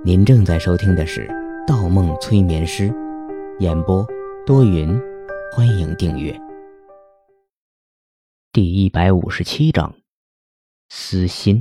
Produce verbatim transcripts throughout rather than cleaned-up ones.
您正在收听的是《盗梦催眠师》，演播多云，欢迎订阅。第一百五十七章，私心。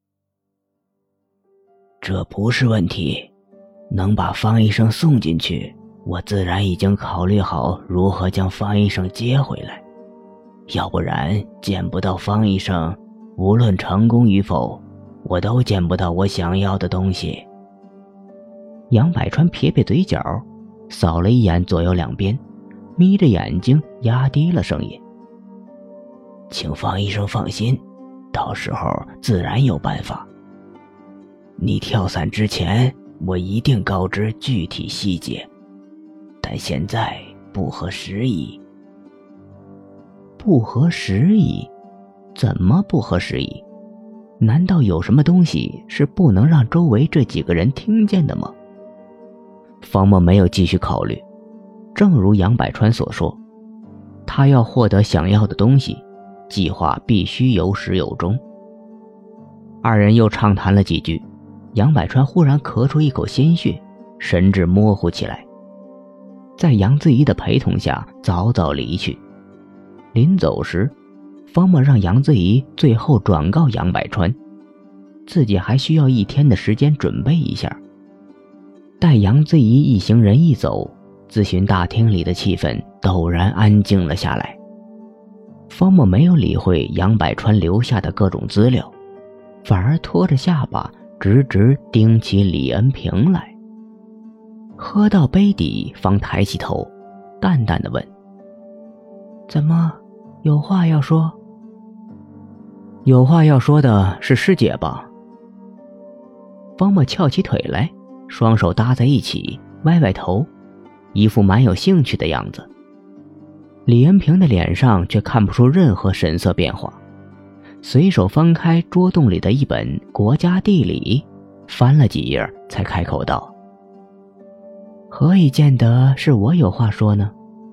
这不是问题，能把方医生送进去，我自然已经考虑好如何将方医生接回来。要不然见不到方医生，无论成功与否，我都见不到我想要的东西。 杨百川撇撇嘴角，扫了一眼左右两边，眯着眼睛压低了声音： 请方医生放心，到时候自然有办法。你跳伞之前，我一定告知具体细节，但现在不合时宜。 不合时宜？怎么不合时宜？难道有什么东西是不能让周围这几个人听见的吗？方墨没有继续考虑，正如杨百川所说，他要获得想要的东西，计划必须有始有终。二人又畅谈了几句，杨百川忽然咳出一口鲜血，神志模糊起来，在杨子怡的陪同下早早离去。临走时，方墨让杨子怡最后转告杨百川，自己还需要一天的时间准备一下。待杨子怡一行人一走，咨询大厅里的气氛陡然安静了下来。方墨没有理会杨百川留下的各种资料，反而拖着下巴直直盯起李恩平来。喝到杯底方抬起头，淡淡地问：怎么，有话要说？有话要说的是师姐吧？方墨翘起腿来，双手搭在一起，歪歪头，一副蛮有兴趣的样子。李恩平的脸上却看不出任何神色变化，随手翻开桌洞里的一本《国家地理》，翻了几页才开口道：何以见得是我有话说呢？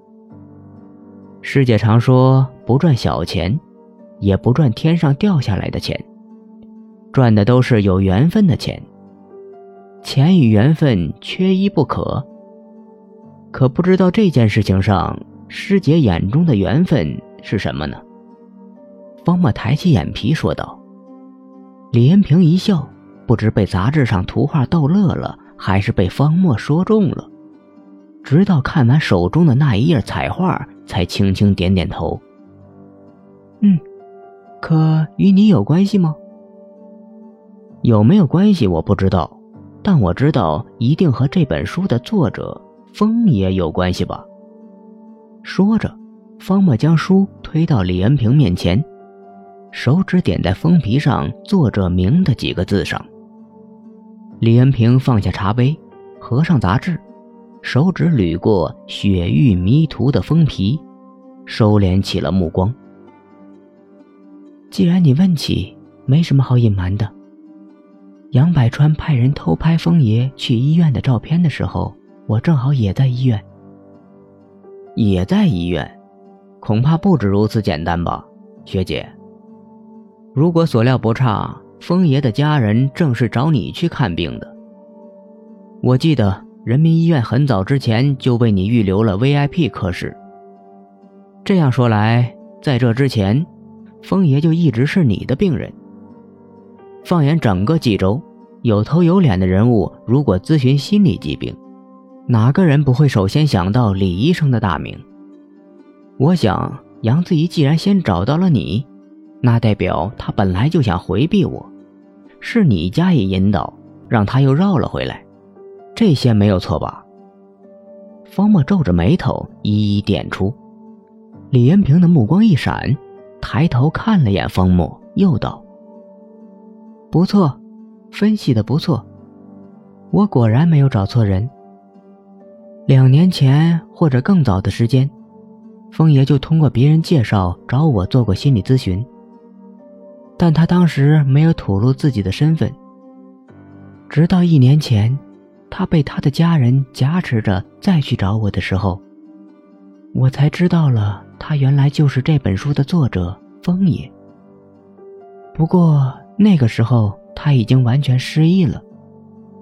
师姐常说，不赚小钱，也不赚天上掉下来的钱，赚的都是有缘分的钱。钱与缘分缺一不可，可不知道这件事情上，师姐眼中的缘分是什么呢？方墨抬起眼皮说道。李恩平一笑，不知被杂志上图画逗乐了，还是被方墨说中了，直到看完手中的那一页彩画，才轻轻点点头。嗯，可与你有关系吗？有没有关系我不知道，但我知道一定和这本书的作者风爷有关系吧。说着，方墨将书推到李恩平面前，手指点在封皮上作者名的几个字上。李恩平放下茶杯，合上杂志，手指捋过雪域迷途的封皮，收敛起了目光。既然你问起，没什么好隐瞒的。杨百川派人偷拍风爷去医院的照片的时候，我正好也在医院。也在医院？恐怕不止如此简单吧，学姐。如果所料不差，风爷的家人正是找你去看病的。我记得人民医院很早之前就为你预留了 V I P 科室。这样说来，在这之前，风爷就一直是你的病人。放眼整个冀州，有头有脸的人物如果咨询心理疾病，哪个人不会首先想到李医生的大名？我想杨子怡既然先找到了你，那代表他本来就想回避我，是你加以引导，让他又绕了回来，这些没有错吧？方墨皱着眉头一一点出。李恩平的目光一闪，抬头看了眼方墨，又道：不错，分析得不错，我果然没有找错人。两年前或者更早的时间，风爷就通过别人介绍找我做过心理咨询，但他当时没有吐露自己的身份。直到一年前，他被他的家人挟持着再去找我的时候，我才知道了他原来就是这本书的作者风爷。不过那个时候他已经完全失忆了。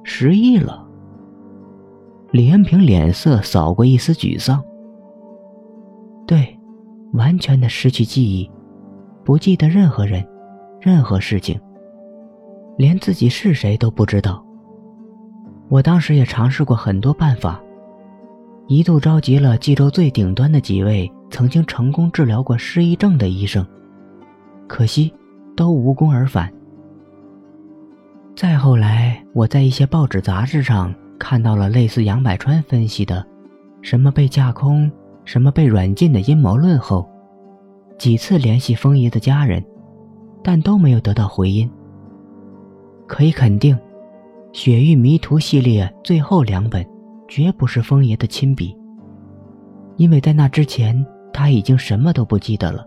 失忆了？李恩平脸色扫过一丝沮丧。对，完全的失去记忆，不记得任何人，任何事情，连自己是谁都不知道。我当时也尝试过很多办法，一度召集了冀州最顶端的几位曾经成功治疗过失忆症的医生，可惜都无功而返。再后来，我在一些报纸杂志上看到了类似杨百川分析的什么被架空，什么被软禁的阴谋论后，几次联系风爷的家人，但都没有得到回音。可以肯定，《雪域迷途》系列最后两本绝不是风爷的亲笔，因为在那之前他已经什么都不记得了。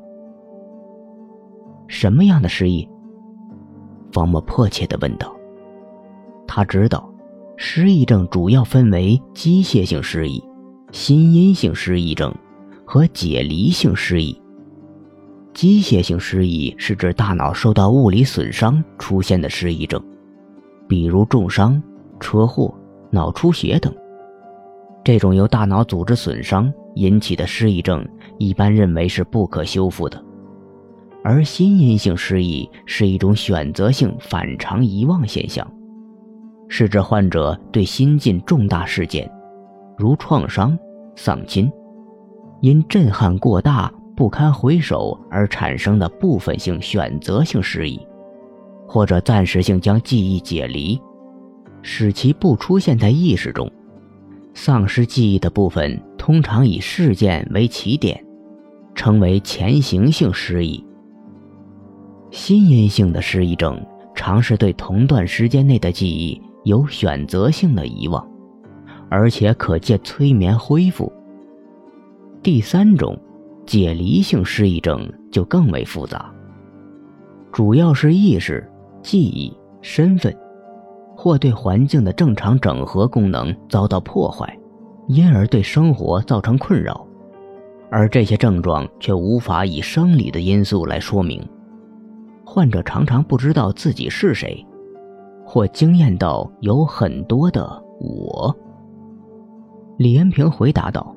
什么样的失忆？方墨迫切地问道。他知道失忆症主要分为机械性失忆、心因性失忆症和解离性失忆。机械性失忆是指大脑受到物理损伤出现的失忆症，比如重伤、车祸、脑出血等。这种由大脑组织损伤引起的失忆症一般认为是不可修复的，而心因性失忆是一种选择性反常遗忘现象，是指患者对新近重大事件，如创伤、丧亲，因震撼过大不堪回首而产生的部分性选择性失忆，或者暂时性将记忆解离，使其不出现在意识中。丧失记忆的部分通常以事件为起点，称为前行性失忆。心因性的失忆症常是对同段时间内的记忆有选择性的遗忘，而且可借催眠恢复。第三种解离性失忆症就更为复杂，主要是意识、记忆、身份或对环境的正常整合功能遭到破坏，因而对生活造成困扰，而这些症状却无法以生理的因素来说明。患者常常不知道自己是谁，或惊艳到有很多的我。李恩平回答道，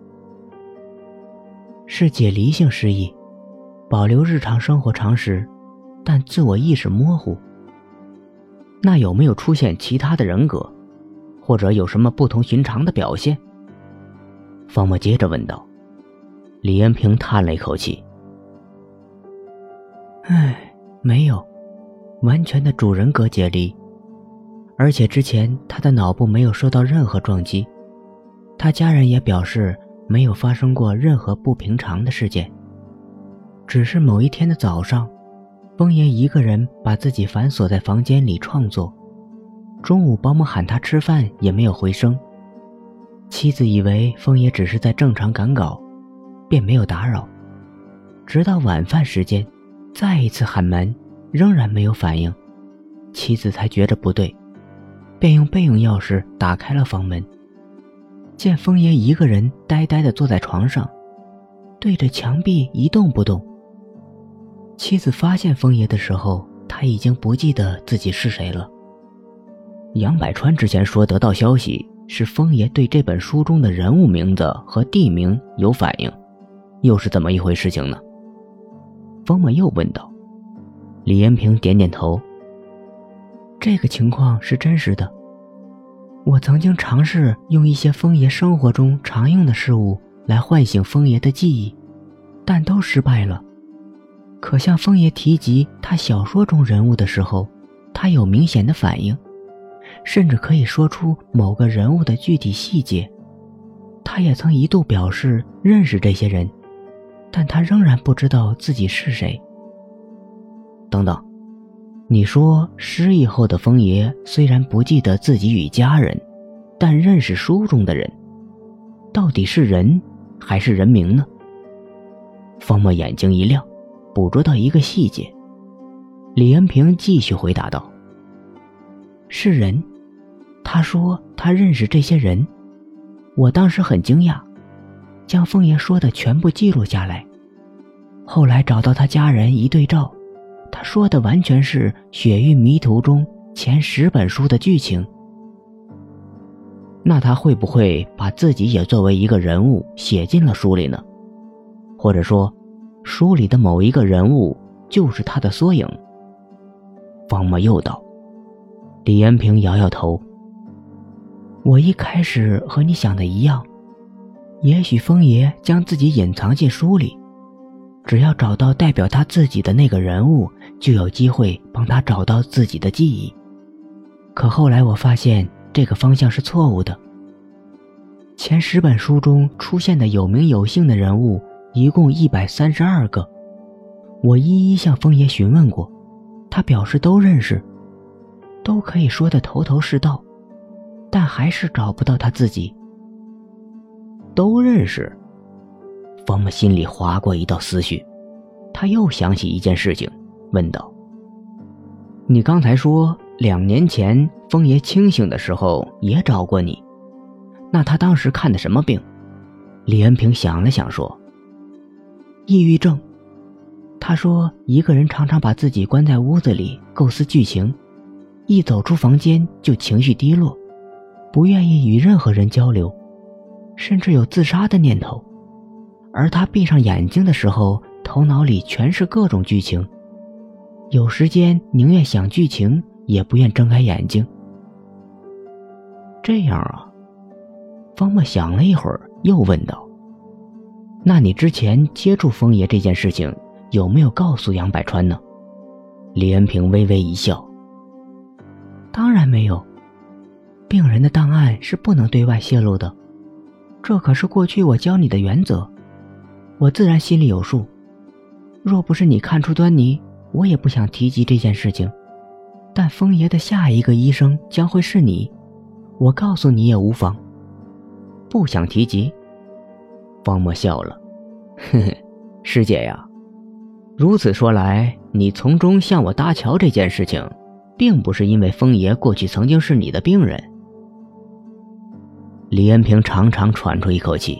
是解离性失忆，保留日常生活常识，但自我意识模糊。那有没有出现其他的人格，或者有什么不同寻常的表现？方墨接着问道。李恩平叹了一口气，唉，没有，完全的主人格解离，而且之前他的脑部没有受到任何撞击，他家人也表示没有发生过任何不平常的事件，只是某一天的早上，风爷一个人把自己反锁在房间里创作，中午保姆喊他吃饭也没有回声，妻子以为风爷只是在正常赶稿，便没有打扰，直到晚饭时间再一次喊门，仍然没有反应，妻子才觉着不对，便用备用钥匙打开了房门，见风爷一个人呆呆地坐在床上，对着墙壁一动不动。妻子发现风爷的时候，他已经不记得自己是谁了。杨百川之前说得到消息是风爷对这本书中的人物名字和地名有反应，又是怎么一回事情呢？风墨又问道。李延平点点头，这个情况是真实的。我曾经尝试用一些风爷生活中常用的事物来唤醒风爷的记忆，但都失败了。可向风爷提及他小说中人物的时候，他有明显的反应，甚至可以说出某个人物的具体细节。他也曾一度表示认识这些人，但他仍然不知道自己是谁。等等，你说失忆后的风爷虽然不记得自己与家人，但认识书中的人，到底是人还是人名呢？方墨眼睛一亮，捕捉到一个细节。李恩平继续回答道，是人，他说他认识这些人。我当时很惊讶，将风爷说的全部记录下来，后来找到他家人一对照，他说的完全是《雪域迷途》中前十本书的剧情， 那他会不会把自己也作为一个人物写进了书里呢？或者说，书里的某一个人物就是他的缩影？方墨又道。李延平摇摇头。我一开始和你想的一样，也许风爷将自己隐藏进书里，只要找到代表他自己的那个人物，就有机会帮他找到自己的记忆。可后来我发现这个方向是错误的。前十本书中出现的有名有姓的人物一共一百三十二个，我一一向风爷询问过，他表示都认识，都可以说得头头是道，但还是找不到他自己。都认识？方墨心里划过一道思绪，他又想起一件事情，问道：你刚才说两年前风爷清醒的时候也找过你，那他当时看的什么病？李恩平想了想说：抑郁症。他说一个人常常把自己关在屋子里构思剧情，一走出房间就情绪低落，不愿意与任何人交流，甚至有自杀的念头。而他闭上眼睛的时候，头脑里全是各种剧情，有时间宁愿想剧情也不愿睁开眼睛。这样啊？方墨想了一会儿又问道：那你之前接触风爷这件事情有没有告诉杨百川呢？李恩平微微一笑：当然没有，病人的档案是不能对外泄露的，这可是过去我教你的原则，我自然心里有数。若不是你看出端倪，我也不想提及这件事情，但风爷的下一个医生将会是你，我告诉你也无妨。不想提及？方墨笑了：呵呵，师姐呀，如此说来，你从中向我搭桥这件事情，并不是因为风爷过去曾经是你的病人。李恩平长长喘出一口气：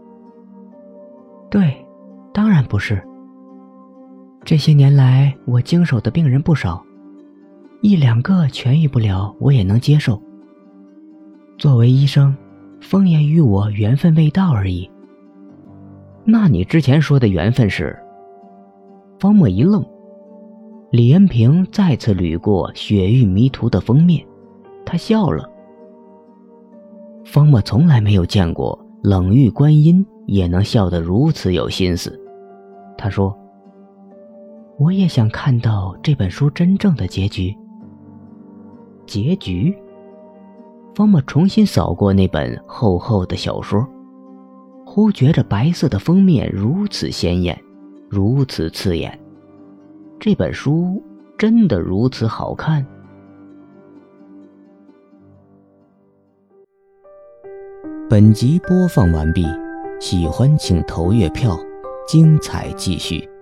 对，当然不是。这些年来我经手的病人不少，一两个痊愈不了我也能接受。作为医生，风爷与我缘分未到而已。那你之前说的缘分是？方墨一愣，李恩平再次捋过《雪域迷途》的封面，他笑了。方墨从来没有见过冷玉观音也能笑得如此有心思。他说：我也想看到这本书真正的结局。结局？方墨重新扫过那本厚厚的小说，忽觉着白色的封面如此鲜艳，如此刺眼，这本书真的如此好看？ 本集播放完毕，喜欢请投月票，精彩继续。